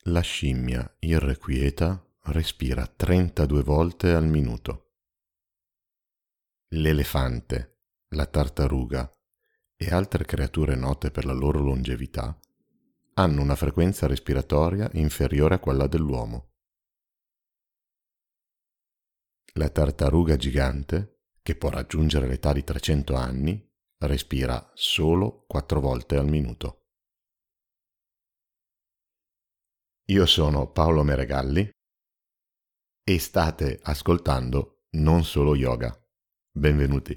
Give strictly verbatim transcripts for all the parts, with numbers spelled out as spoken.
La scimmia irrequieta respira trentadue volte al minuto. L'elefante, la tartaruga e altre creature note per la loro longevità hanno una frequenza respiratoria inferiore a quella dell'uomo. La tartaruga gigante, che può raggiungere l'età di trecento anni, respira solo quattro volte al minuto. Io sono Paolo Meregalli e state ascoltando Non Solo Yoga. Benvenuti.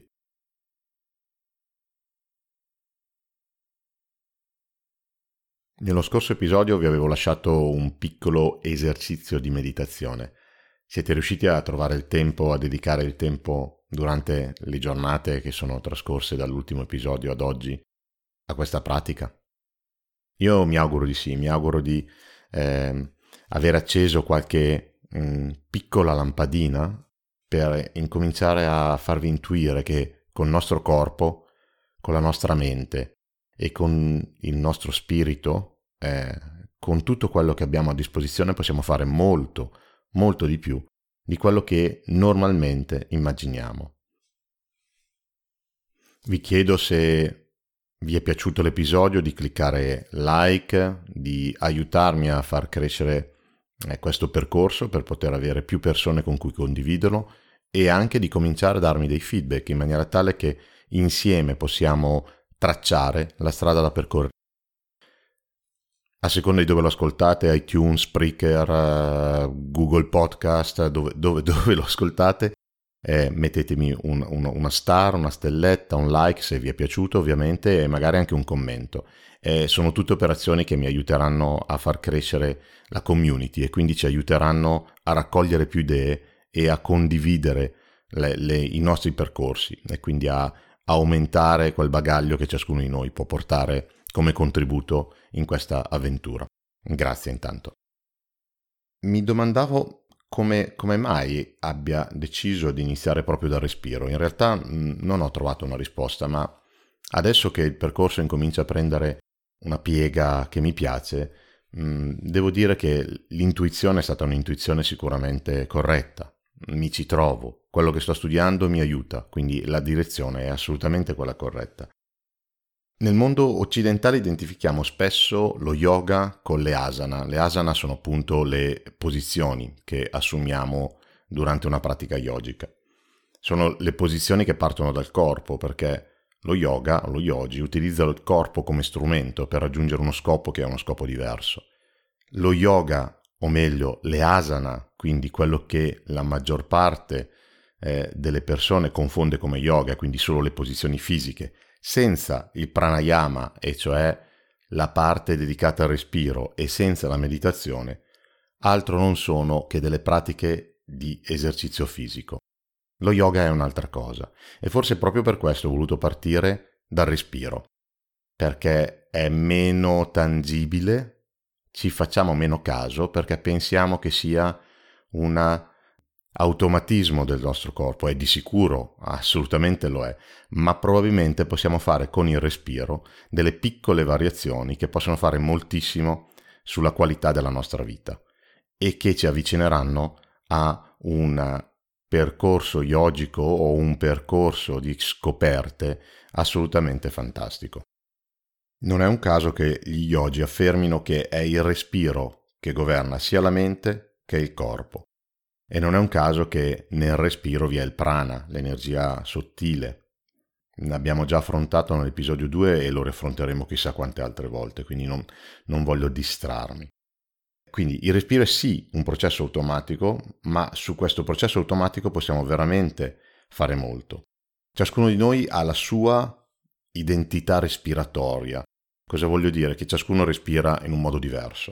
Nello scorso episodio vi avevo lasciato un piccolo esercizio di meditazione. Siete riusciti a trovare il tempo, a dedicare il tempo durante le giornate che sono trascorse dall'ultimo episodio ad oggi a questa pratica? Io mi auguro di sì, mi auguro di eh, aver acceso qualche mh, piccola lampadina per incominciare a farvi intuire che col nostro corpo, con la nostra mente e con il nostro spirito, eh, con tutto quello che abbiamo a disposizione possiamo fare molto, molto di più di quello che normalmente immaginiamo. Vi chiedo, se vi è piaciuto l'episodio, di cliccare like, di aiutarmi a far crescere eh, questo percorso per poter avere più persone con cui condividerlo e anche di cominciare a darmi dei feedback in maniera tale che insieme possiamo tracciare la strada da percorrere. A seconda di dove lo ascoltate, iTunes, Spreaker, uh, Google Podcast, dove, dove, dove lo ascoltate, eh, mettetemi un, un, una star, una stelletta, un like se vi è piaciuto ovviamente e magari anche un commento. Eh, sono tutte operazioni che mi aiuteranno a far crescere la community e quindi ci aiuteranno a raccogliere più idee e a condividere le, le, i nostri percorsi e quindi a, a aumentare quel bagaglio che ciascuno di noi può portare come contributo in questa avventura. Grazie intanto. Mi domandavo come, come mai abbia deciso di iniziare proprio dal respiro. In realtà mh, non ho trovato una risposta, ma adesso che il percorso incomincia a prendere una piega che mi piace, mh, devo dire che l'intuizione è stata un'intuizione sicuramente corretta. Mi ci trovo, quello che sto studiando mi aiuta, quindi la direzione è assolutamente quella corretta. Nel mondo occidentale identifichiamo spesso lo yoga con le asana. Le asana sono appunto le posizioni che assumiamo durante una pratica yogica. Sono le posizioni che partono dal corpo, perché lo yoga, lo yogi, utilizza il corpo come strumento per raggiungere uno scopo che è uno scopo diverso. Lo yoga, o meglio le asana, quindi quello che la maggior parte eh, delle persone confonde come yoga, quindi solo le posizioni fisiche, senza il pranayama, e cioè la parte dedicata al respiro, e senza la meditazione, altro non sono che delle pratiche di esercizio fisico. Lo yoga è un'altra cosa, e forse proprio per questo ho voluto partire dal respiro, perché è meno tangibile, ci facciamo meno caso, perché pensiamo che sia una automatismo del nostro corpo. È di sicuro, assolutamente lo è, ma probabilmente possiamo fare con il respiro delle piccole variazioni che possono fare moltissimo sulla qualità della nostra vita e che ci avvicineranno a un percorso yogico o un percorso di scoperte assolutamente fantastico. Non è un caso che gli yogi affermino che è il respiro che governa sia la mente che il corpo. E non è un caso che nel respiro vi è il prana, l'energia sottile. L'abbiamo già affrontato nell'episodio due e lo riaffronteremo chissà quante altre volte, quindi non, non voglio distrarmi. Quindi il respiro è sì un processo automatico, ma su questo processo automatico possiamo veramente fare molto. Ciascuno di noi ha la sua identità respiratoria. Cosa voglio dire? Che ciascuno respira in un modo diverso.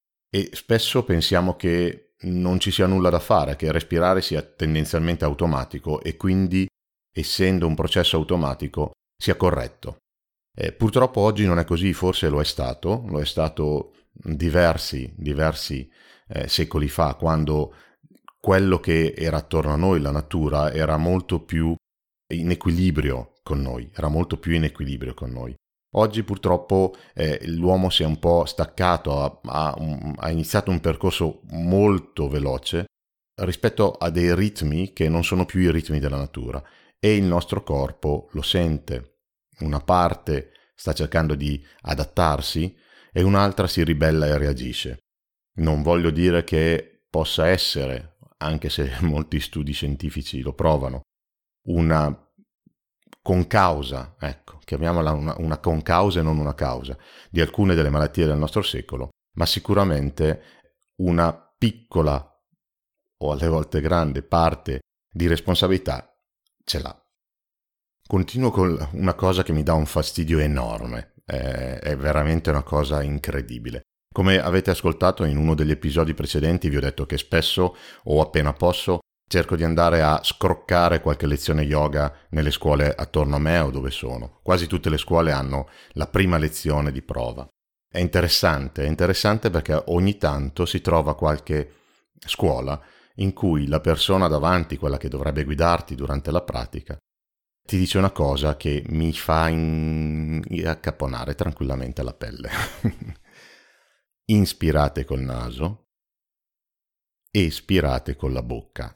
E spesso pensiamo che non ci sia nulla da fare, che respirare sia tendenzialmente automatico e quindi, essendo un processo automatico, sia corretto. Eh, purtroppo oggi non è così, forse lo è stato, lo è stato diversi, diversi eh, secoli fa, quando quello che era attorno a noi, la natura, era molto più in equilibrio con noi, era molto più in equilibrio con noi. Oggi purtroppo eh, l'uomo si è un po' staccato, ha, ha, ha iniziato un percorso molto veloce rispetto a dei ritmi che non sono più i ritmi della natura, e il nostro corpo lo sente. Una parte sta cercando di adattarsi e un'altra si ribella e reagisce. Non voglio dire che possa essere, anche se molti studi scientifici lo provano, una concausa, ecco, chiamiamola una, una concausa e non una causa, di alcune delle malattie del nostro secolo, ma sicuramente una piccola o alle volte grande parte di responsabilità ce l'ha. Continuo con una cosa che mi dà un fastidio enorme, è, è veramente una cosa incredibile. Come avete ascoltato in uno degli episodi precedenti, vi ho detto che spesso o appena posso cerco di andare a scroccare qualche lezione yoga nelle scuole attorno a me o dove sono. Quasi tutte le scuole hanno la prima lezione di prova. È interessante, è interessante perché ogni tanto si trova qualche scuola in cui la persona davanti, quella che dovrebbe guidarti durante la pratica, ti dice una cosa che mi fa in... accapponare tranquillamente la pelle. Inspirate col naso, espirate con la bocca.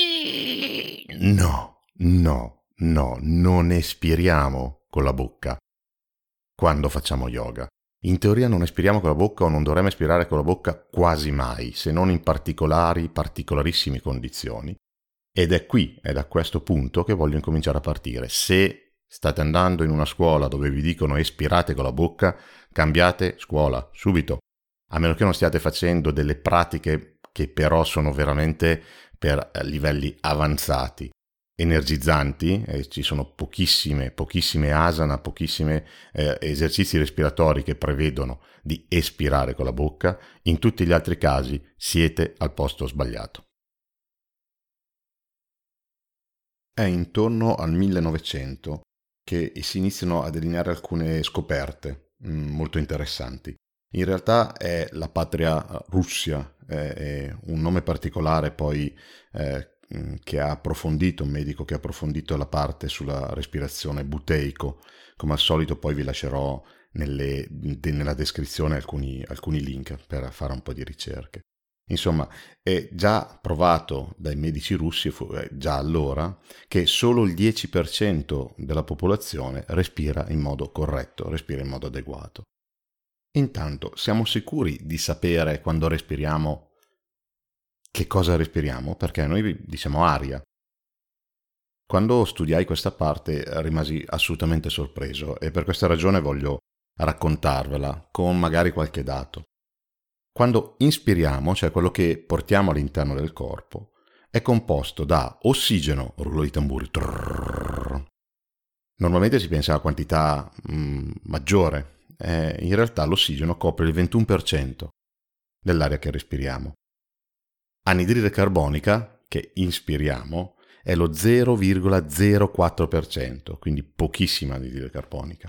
No, no, no, non espiriamo con la bocca quando facciamo yoga. In teoria non espiriamo con la bocca o non dovremmo espirare con la bocca quasi mai, se non in particolari, particolarissime condizioni. Ed è qui, è da questo punto che voglio incominciare a partire. Se state andando in una scuola dove vi dicono espirate con la bocca, cambiate scuola, subito. A meno che non stiate facendo delle pratiche che però sono veramente per livelli avanzati, energizzanti, eh, ci sono pochissime, pochissime asana, pochissime eh, esercizi respiratori che prevedono di espirare con la bocca. In tutti gli altri casi siete al posto sbagliato. È intorno al millenovecento che si iniziano a delineare alcune scoperte mh, molto interessanti. In realtà è la patria Russia, è, è un nome particolare poi eh, che ha approfondito, un medico che ha approfondito la parte sulla respirazione, Buteyko. Come al solito poi vi lascerò nelle, de, nella descrizione alcuni, alcuni link per fare un po' di ricerche. Insomma, è già provato dai medici russi, già allora, che solo il dieci per cento della popolazione respira in modo corretto, respira in modo adeguato. Intanto, siamo sicuri di sapere quando respiriamo che cosa respiriamo? Perché noi diciamo aria. Quando studiai questa parte rimasi assolutamente sorpreso e per questa ragione voglio raccontarvela con magari qualche dato. Quando inspiriamo, cioè quello che portiamo all'interno del corpo, è composto da ossigeno, rullo di tamburi, trrr. Normalmente si pensa a quantità mh, maggiore, eh, in realtà l'ossigeno copre il ventuno per cento dell'aria che respiriamo. Anidride carbonica, che inspiriamo, è lo zero virgola zero quattro per cento, quindi pochissima anidride carbonica.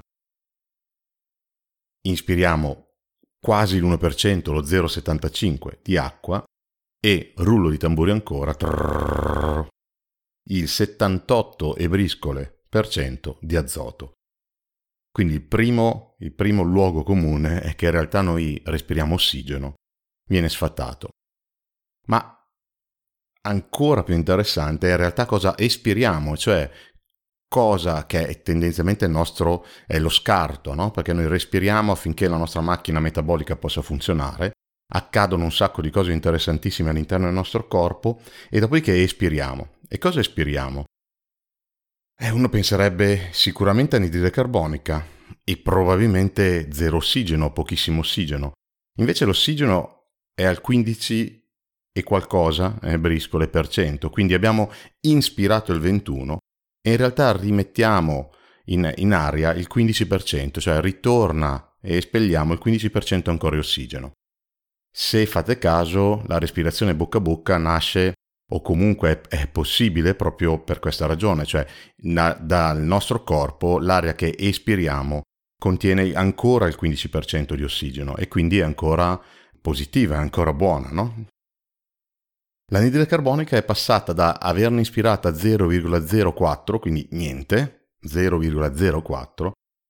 Inspiriamo quasi l'uno per cento, lo zero virgola settantacinque di acqua, e rullo di tamburi ancora, trrr, il settantotto e briscole per cento di azoto. Quindi il primo, il primo luogo comune è che in realtà noi respiriamo ossigeno, viene sfatato. Ma ancora più interessante è in realtà cosa espiriamo, cioè cosa che è tendenzialmente il nostro, è lo scarto, no? Perché noi respiriamo affinché la nostra macchina metabolica possa funzionare, accadono un sacco di cose interessantissime all'interno del nostro corpo e dopodiché espiriamo. E cosa espiriamo? Eh, uno penserebbe sicuramente anidride carbonica e probabilmente zero ossigeno, pochissimo ossigeno. Invece l'ossigeno è al quindici e qualcosa, eh, briscole per cento, quindi abbiamo inspirato il ventuno e in realtà rimettiamo in, in aria il quindici per cento, cioè ritorna e espelliamo il quindici per cento ancora di ossigeno. Se fate caso, la respirazione bocca a bocca nasce o comunque è, è possibile proprio per questa ragione, cioè na, dal nostro corpo l'aria che espiriamo contiene ancora il quindici per cento di ossigeno e quindi è ancora positiva, è ancora buona, no? L'anidride carbonica è passata da averne ispirata zero virgola zero quattro, quindi niente, zero virgola zero quattro,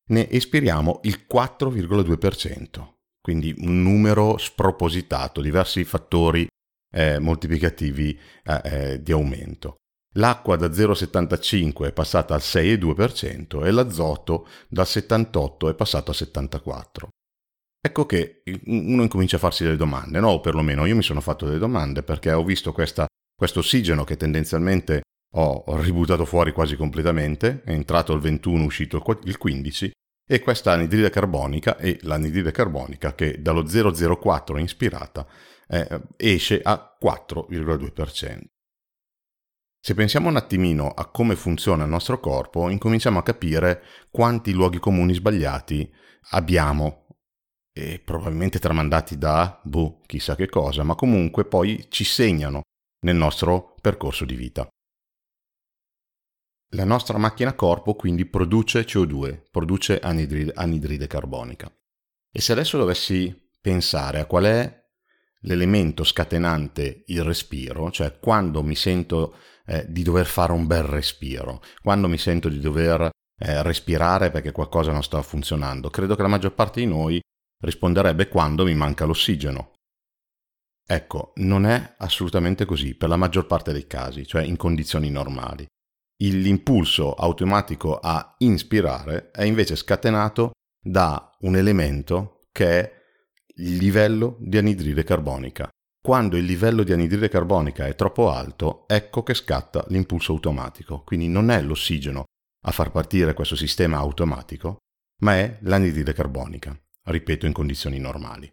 ne espiriamo il quattro virgola due per cento, quindi un numero spropositato, diversi fattori eh, moltiplicativi eh, eh, di aumento. L'acqua da zero virgola settantacinque è passata al sei virgola due per cento e l'azoto dal settantotto è passato al settantaquattro. Ecco che uno incomincia a farsi delle domande, no? O perlomeno io mi sono fatto delle domande perché ho visto questa, questo ossigeno che tendenzialmente ho, ho ributtato fuori quasi completamente, è entrato il ventuno, uscito il quindici, e questa anidride carbonica e l'anidride carbonica che dallo zero virgola zero quattro ispirata eh, esce a quattro virgola due per cento. Se pensiamo un attimino a come funziona il nostro corpo, incominciamo a capire quanti luoghi comuni sbagliati abbiamo, e probabilmente tramandati da, boh, chissà che cosa, ma comunque poi ci segnano nel nostro percorso di vita. La nostra macchina corpo quindi produce C O due, produce anidride, anidride carbonica. E se adesso dovessi pensare a qual è l'elemento scatenante il respiro, cioè quando mi sento eh, di dover fare un bel respiro, quando mi sento di dover eh, respirare perché qualcosa non sta funzionando, credo che la maggior parte di noi risponderebbe quando mi manca l'ossigeno. Ecco, non è assolutamente così per la maggior parte dei casi, cioè in condizioni normali. L'impulso automatico a inspirare è invece scatenato da un elemento che è il livello di anidride carbonica. Quando il livello di anidride carbonica è troppo alto, ecco che scatta l'impulso automatico. Quindi non è l'ossigeno a far partire questo sistema automatico, ma è l'anidride carbonica, ripeto, in condizioni normali.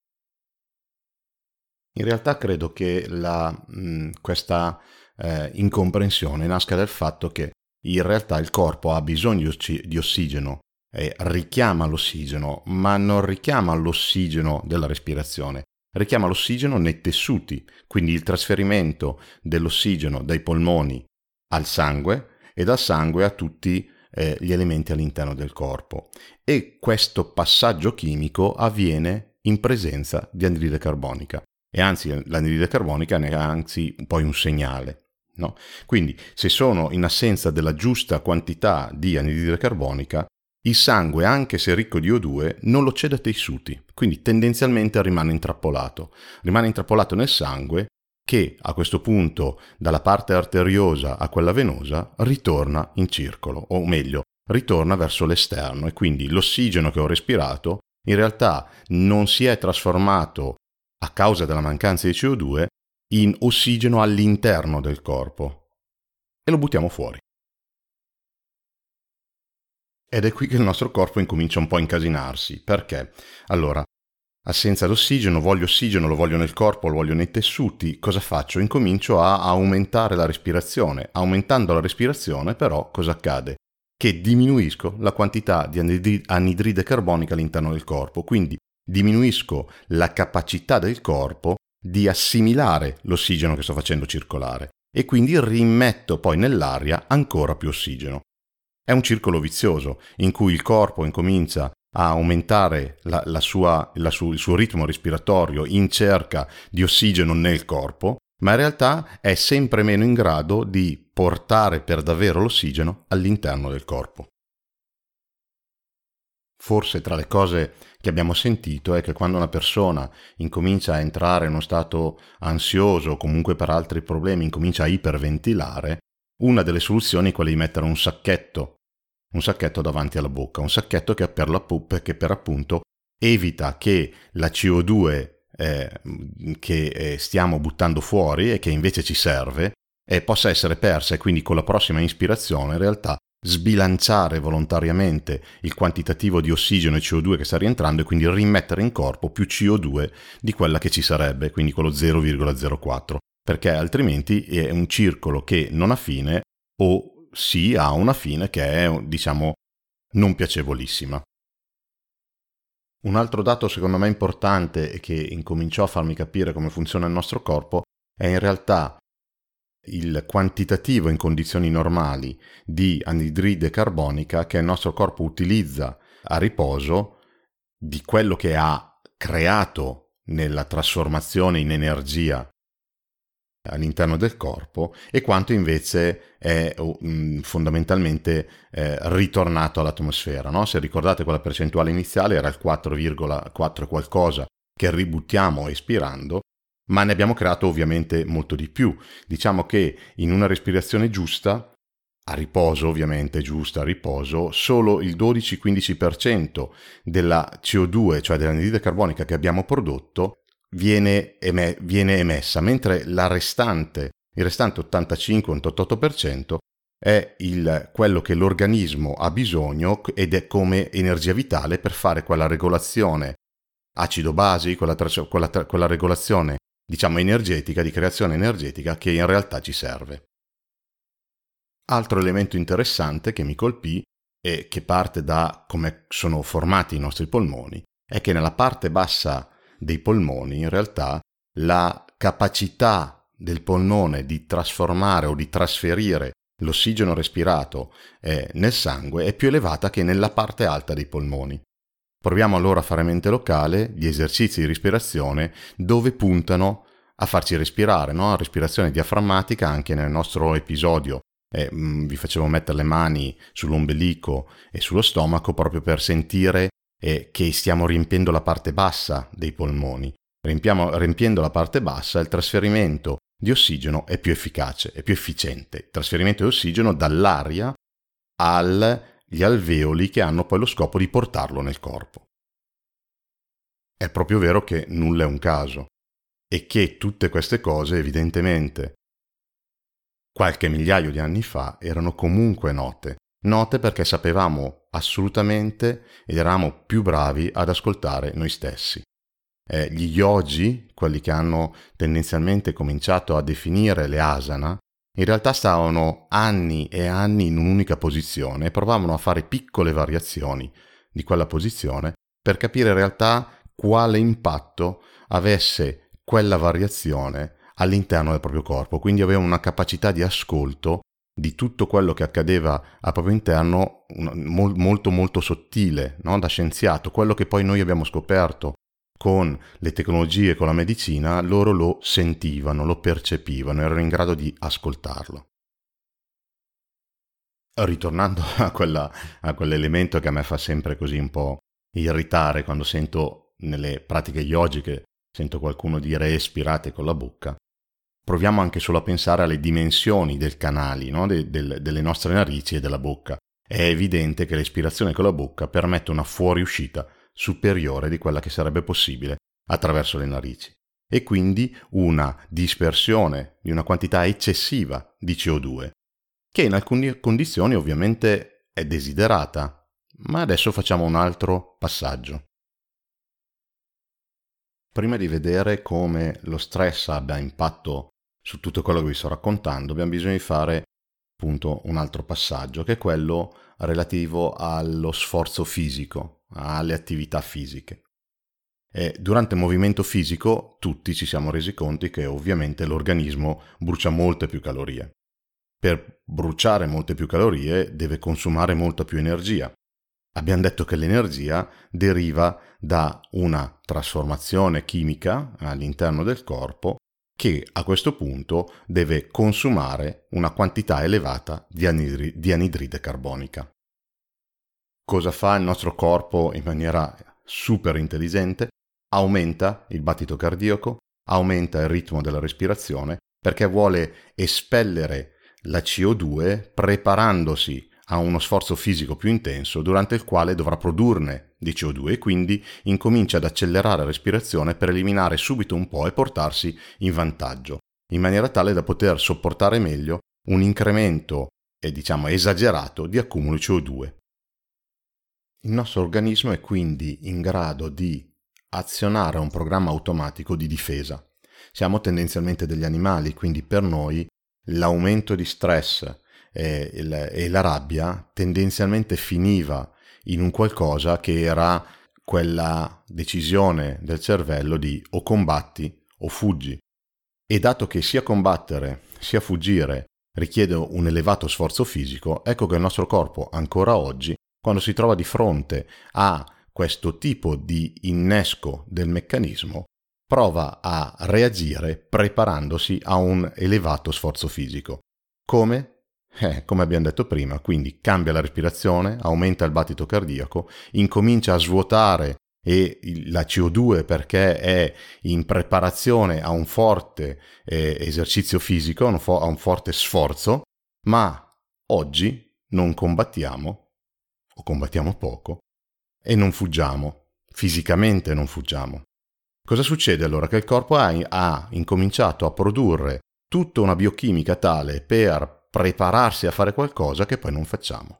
In realtà credo che la, mh, questa eh, incomprensione nasca dal fatto che in realtà il corpo ha bisogno di ossigeno e richiama l'ossigeno, ma non richiama l'ossigeno della respirazione, richiama l'ossigeno nei tessuti, quindi il trasferimento dell'ossigeno dai polmoni al sangue e dal sangue a tutti eh, gli elementi all'interno del corpo. E questo passaggio chimico avviene in presenza di anidride carbonica. E anzi l'anidride carbonica ne è anzi poi un segnale. No? Quindi se sono in assenza della giusta quantità di anidride carbonica, il sangue, anche se ricco di O due, non lo cede ai tessuti, quindi tendenzialmente rimane intrappolato. Rimane intrappolato nel sangue che a questo punto dalla parte arteriosa a quella venosa ritorna in circolo, o meglio, ritorna verso l'esterno e quindi l'ossigeno che ho respirato in realtà non si è trasformato a causa della mancanza di C O due in ossigeno all'interno del corpo e lo buttiamo fuori. Ed è qui che il nostro corpo incomincia un po' a incasinarsi. Perché? Allora, assenza d'ossigeno, voglio ossigeno, lo voglio nel corpo, lo voglio nei tessuti, cosa faccio? Incomincio a aumentare la respirazione. Aumentando la respirazione, però, cosa accade? Che diminuisco la quantità di anidride carbonica all'interno del corpo, quindi diminuisco la capacità del corpo di assimilare l'ossigeno che sto facendo circolare e quindi rimetto poi nell'aria ancora più ossigeno. È un circolo vizioso in cui il corpo incomincia a aumentare la, la sua, la su, il suo ritmo respiratorio in cerca di ossigeno nel corpo, ma in realtà è sempre meno in grado di portare per davvero l'ossigeno all'interno del corpo. Forse tra le cose che abbiamo sentito è che quando una persona incomincia a entrare in uno stato ansioso o comunque per altri problemi incomincia a iperventilare, una delle soluzioni è quella di mettere un sacchetto, un sacchetto davanti alla bocca, un sacchetto che per, la, che per appunto evita che la C O due eh, che eh, stiamo buttando fuori e che invece ci serve eh, possa essere persa e quindi con la prossima ispirazione in realtà sbilanciare volontariamente il quantitativo di ossigeno e C O due che sta rientrando e quindi rimettere in corpo più C O due di quella che ci sarebbe, quindi quello zero virgola zero quattro, perché altrimenti è un circolo che non ha fine o sì ha una fine che è, diciamo, non piacevolissima. Un altro dato secondo me importante e che incominciò a farmi capire come funziona il nostro corpo è in realtà il quantitativo in condizioni normali di anidride carbonica che il nostro corpo utilizza a riposo di quello che ha creato nella trasformazione in energia all'interno del corpo e quanto invece è mh, fondamentalmente eh, ritornato all'atmosfera, no? Se ricordate, quella percentuale iniziale era il quattro virgola quattro qualcosa che ributtiamo espirando, ma ne abbiamo creato ovviamente molto di più. Diciamo che in una respirazione giusta, a riposo ovviamente, giusta a riposo, solo il dodici-quindici per cento della C O due, cioè dell'anidride carbonica che abbiamo prodotto, Viene, eme- viene emessa, mentre la restante, il restante ottantacinque ottantotto per cento è il, quello che l'organismo ha bisogno ed è come energia vitale per fare quella regolazione acido-basi, quella, tra- quella, tra- quella regolazione, diciamo, energetica, di creazione energetica che in realtà ci serve. Altro elemento interessante che mi colpì e che parte da come sono formati i nostri polmoni è che nella parte bassa dei polmoni, in realtà, la capacità del polmone di trasformare o di trasferire l'ossigeno respirato eh, nel sangue è più elevata che nella parte alta dei polmoni. Proviamo allora a fare mente locale gli esercizi di respirazione dove puntano a farci respirare, no? Respirazione diaframmatica. Anche nel nostro episodio eh, mh, vi facevo mettere le mani sull'ombelico e sullo stomaco proprio per sentire e che stiamo riempiendo la parte bassa dei polmoni. Riempiamo, riempiendo la parte bassa, il trasferimento di ossigeno è più efficace, è più efficiente. Il trasferimento di ossigeno dall'aria agli alveoli che hanno poi lo scopo di portarlo nel corpo. È proprio vero che nulla è un caso e che tutte queste cose evidentemente qualche migliaio di anni fa erano comunque note. Note perché sapevamo assolutamente ed eravamo più bravi ad ascoltare noi stessi. Eh, gli yogi, quelli che hanno tendenzialmente cominciato a definire le asana, in realtà stavano anni e anni in un'unica posizione e provavano a fare piccole variazioni di quella posizione per capire in realtà quale impatto avesse quella variazione all'interno del proprio corpo. Quindi avevano una capacità di ascolto di tutto quello che accadeva al proprio interno molto molto sottile, no? Da scienziato. Quello che poi noi abbiamo scoperto con le tecnologie, con la medicina, loro lo sentivano, lo percepivano, erano in grado di ascoltarlo. Ritornando a, quella, a quell'elemento che a me fa sempre così un po' irritare quando sento nelle pratiche yogiche, sento qualcuno dire espirate con la bocca, proviamo anche solo a pensare alle dimensioni del canali, no? de, del, delle nostre narici e della bocca. È evidente che l'espirazione con la bocca permette una fuoriuscita superiore di quella che sarebbe possibile attraverso le narici e quindi una dispersione di una quantità eccessiva di C O due, che in alcune condizioni ovviamente è desiderata. Ma adesso facciamo un altro passaggio. Prima di vedere come lo stress abbia impatto su tutto quello che vi sto raccontando, abbiamo bisogno di fare appunto un altro passaggio, che è quello relativo allo sforzo fisico, alle attività fisiche. E durante il movimento fisico tutti ci siamo resi conto che ovviamente l'organismo brucia molte più calorie. Per bruciare molte più calorie deve consumare molta più energia. Abbiamo detto che l'energia deriva da una trasformazione chimica all'interno del corpo che a questo punto deve consumare una quantità elevata di, anidri- di anidride carbonica. Cosa fa il nostro corpo in maniera super intelligente? Aumenta il battito cardiaco, aumenta il ritmo della respirazione perché vuole espellere la C O due preparandosi a uno sforzo fisico più intenso durante il quale dovrà produrne di C O due e quindi incomincia ad accelerare la respirazione per eliminare subito un po' e portarsi in vantaggio, in maniera tale da poter sopportare meglio un incremento, eh, diciamo, esagerato di accumulo di C O due. Il nostro organismo è quindi in grado di azionare un programma automatico di difesa. Siamo tendenzialmente degli animali, quindi per noi l'aumento di stress e, il, e la rabbia tendenzialmente finiva in un qualcosa che era quella decisione del cervello di o combatti o fuggi. E dato che sia combattere sia fuggire richiede un elevato sforzo fisico, ecco che il nostro corpo ancora oggi, quando si trova di fronte a questo tipo di innesco del meccanismo, prova a reagire preparandosi a un elevato sforzo fisico. Come? Eh, come abbiamo detto prima, quindi cambia la respirazione, aumenta il battito cardiaco, incomincia a svuotare e la C O due perché è in preparazione a un forte eh, esercizio fisico, a un, fo- a un forte sforzo, ma oggi non combattiamo o combattiamo poco e non fuggiamo, fisicamente non fuggiamo. Cosa succede allora? Che il corpo ha, ha incominciato a produrre tutta una biochimica tale per prepararsi a fare qualcosa che poi non facciamo.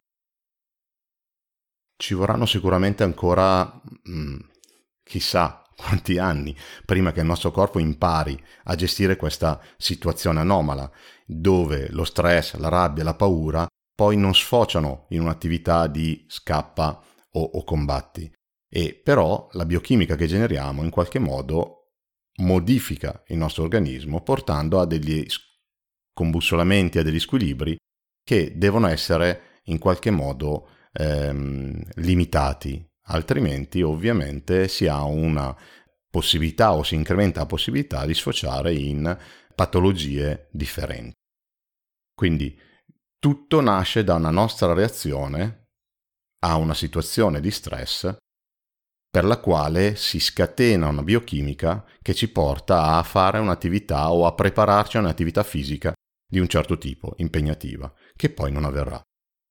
Ci vorranno sicuramente ancora, mh, chissà quanti anni, prima che il nostro corpo impari a gestire questa situazione anomala, dove lo stress, la rabbia, la paura poi non sfociano in un'attività di scappa o, o combatti. E però la biochimica che generiamo in qualche modo modifica il nostro organismo portando a degli scombussolamenti, a degli squilibri che devono essere in qualche modo ehm, limitati, altrimenti ovviamente si ha una possibilità o si incrementa la possibilità di sfociare in patologie differenti. Quindi tutto nasce da una nostra reazione a una situazione di stress per la quale si scatena una biochimica che ci porta a fare un'attività o a prepararci a un'attività fisica di un certo tipo, impegnativa, che poi non avverrà.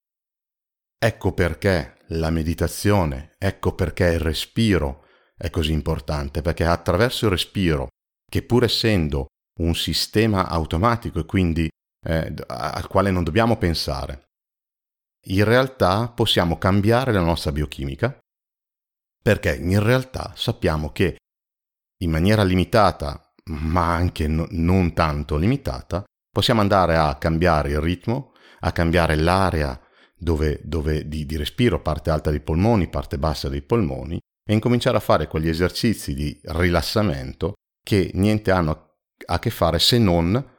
Ecco perché la meditazione, ecco perché il respiro è così importante, perché attraverso il respiro, che pur essendo un sistema automatico e quindi eh, al quale non dobbiamo pensare, in realtà possiamo cambiare la nostra biochimica, perché in realtà sappiamo che in maniera limitata, ma anche no, non tanto limitata, possiamo andare a cambiare il ritmo, a cambiare l'area dove, dove di, di respiro, parte alta dei polmoni, parte bassa dei polmoni, e incominciare a fare quegli esercizi di rilassamento che niente hanno a che fare se non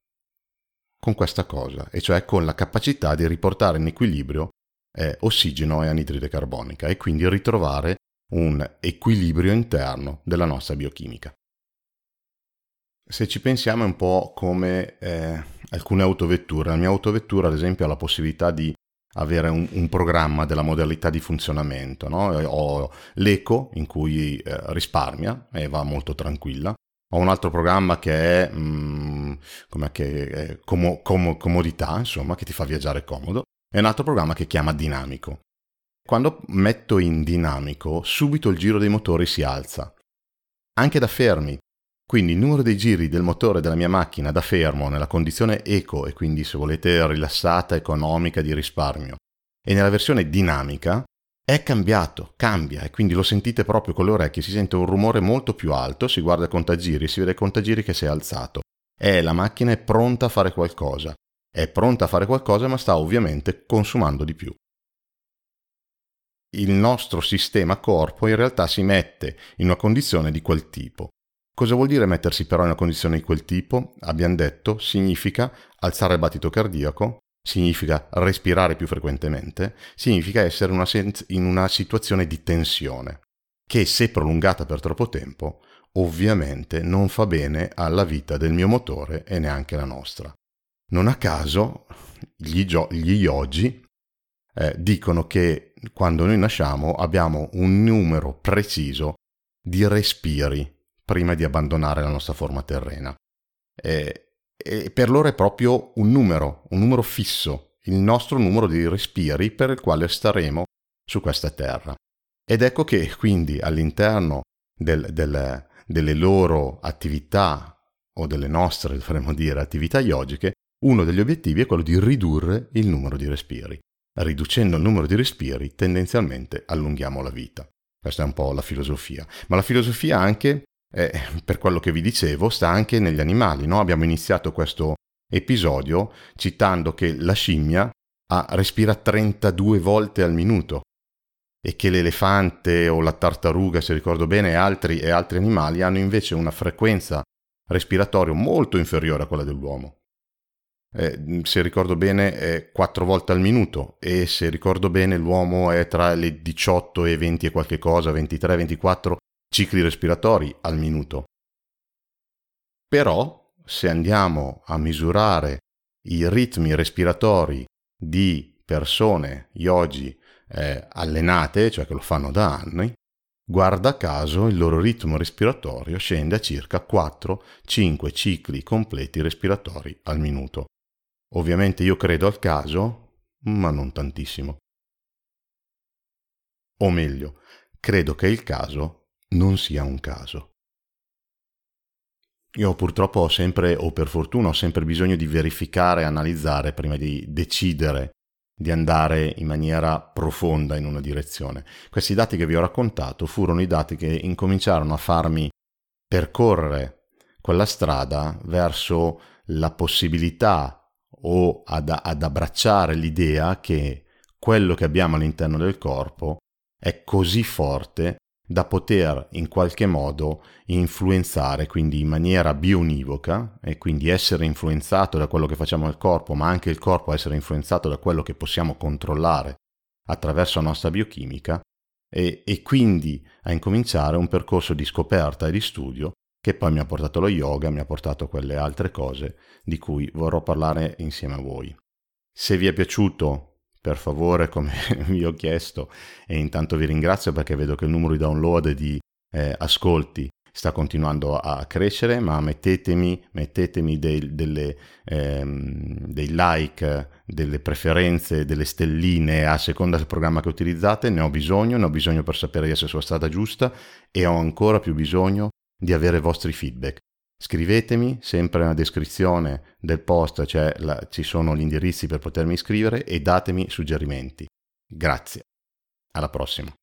con questa cosa, e cioè con la capacità di riportare in equilibrio eh, ossigeno e anidride carbonica e quindi ritrovare un equilibrio interno della nostra biochimica. Se ci pensiamo è un po' come eh, alcune autovetture. La mia autovettura, ad esempio, ha la possibilità di avere un, un programma della modalità di funzionamento, no? Ho l'eco in cui eh, risparmia e va molto tranquilla. Ho un altro programma che è, mh, com'è che è com- com- comodità, insomma, che ti fa viaggiare comodo, e un altro programma che chiama dinamico. Quando metto in dinamico, subito il giro dei motori si alza, anche da fermi. Quindi il numero dei giri del motore della mia macchina da fermo nella condizione eco e quindi se volete rilassata, economica, di risparmio, e nella versione dinamica è cambiato, cambia, e quindi lo sentite proprio con le orecchie, si sente un rumore molto più alto, si guarda il contagiri, si vede il contagiri che si è alzato. E la macchina è pronta a fare qualcosa. È pronta a fare qualcosa, ma sta ovviamente consumando di più. Il nostro sistema corpo in realtà si mette in una condizione di quel tipo. Cosa vuol dire mettersi però in una condizione di quel tipo? Abbiamo detto, significa alzare il battito cardiaco, significa respirare più frequentemente, significa essere una sen- in una situazione di tensione, che se prolungata per troppo tempo, ovviamente non fa bene alla vita del mio motore e neanche la nostra. Non a caso gli, gio- gli yogi eh, dicono che quando noi nasciamo abbiamo un numero preciso di respiri prima di abbandonare la nostra forma terrena. E, e per loro è proprio un numero, un numero fisso, il nostro numero di respiri per il quale staremo su questa terra. Ed ecco che quindi all'interno del, del, delle loro attività, o delle nostre, dovremmo dire, attività yogiche, uno degli obiettivi è quello di ridurre il numero di respiri. Riducendo il numero di respiri, tendenzialmente allunghiamo la vita. Questa è un po' la filosofia. Ma la filosofia anche, eh, per quello che vi dicevo, sta anche negli animali, no? Abbiamo iniziato questo episodio citando che la scimmia ha, respira trentadue volte al minuto e che l'elefante o la tartaruga, se ricordo bene, e altri, e altri animali hanno invece una frequenza respiratoria molto inferiore a quella dell'uomo. Eh, se ricordo bene è quattro volte al minuto, e se ricordo bene l'uomo è tra le diciotto e venti e qualche cosa, ventitré ventiquattro cicli respiratori al minuto. Però se andiamo a misurare i ritmi respiratori di persone yogi eh, allenate, cioè che lo fanno da anni, guarda caso il loro ritmo respiratorio scende a circa quattro cinque cicli completi respiratori al minuto. Ovviamente io credo al caso, ma non tantissimo. O meglio, credo che il caso non sia un caso. Io purtroppo ho sempre, o per fortuna, ho sempre bisogno di verificare e analizzare prima di decidere di andare in maniera profonda in una direzione. Questi dati che vi ho raccontato furono i dati che incominciarono a farmi percorrere quella strada verso la possibilità o ad, ad abbracciare l'idea che quello che abbiamo all'interno del corpo è così forte da poter in qualche modo influenzare, quindi in maniera bionivoca, e quindi essere influenzato da quello che facciamo al corpo, ma anche il corpo essere influenzato da quello che possiamo controllare attraverso la nostra biochimica, e, e quindi a incominciare un percorso di scoperta e di studio che poi mi ha portato allo yoga, mi ha portato a quelle altre cose di cui vorrò parlare insieme a voi. Se vi è piaciuto, per favore, come vi ho chiesto, e intanto vi ringrazio perché vedo che il numero di download e di eh, ascolti sta continuando a crescere, ma mettetemi, mettetemi dei, delle, ehm, dei like, delle preferenze, delle stelline a seconda del programma che utilizzate. Ne ho bisogno, ne ho bisogno per sapere di essere sulla strada giusta, e ho ancora più bisogno di avere i vostri feedback. Scrivetemi, sempre nella descrizione del post c'è la, ci sono gli indirizzi per potermi iscrivere, e datemi suggerimenti. Grazie, alla prossima.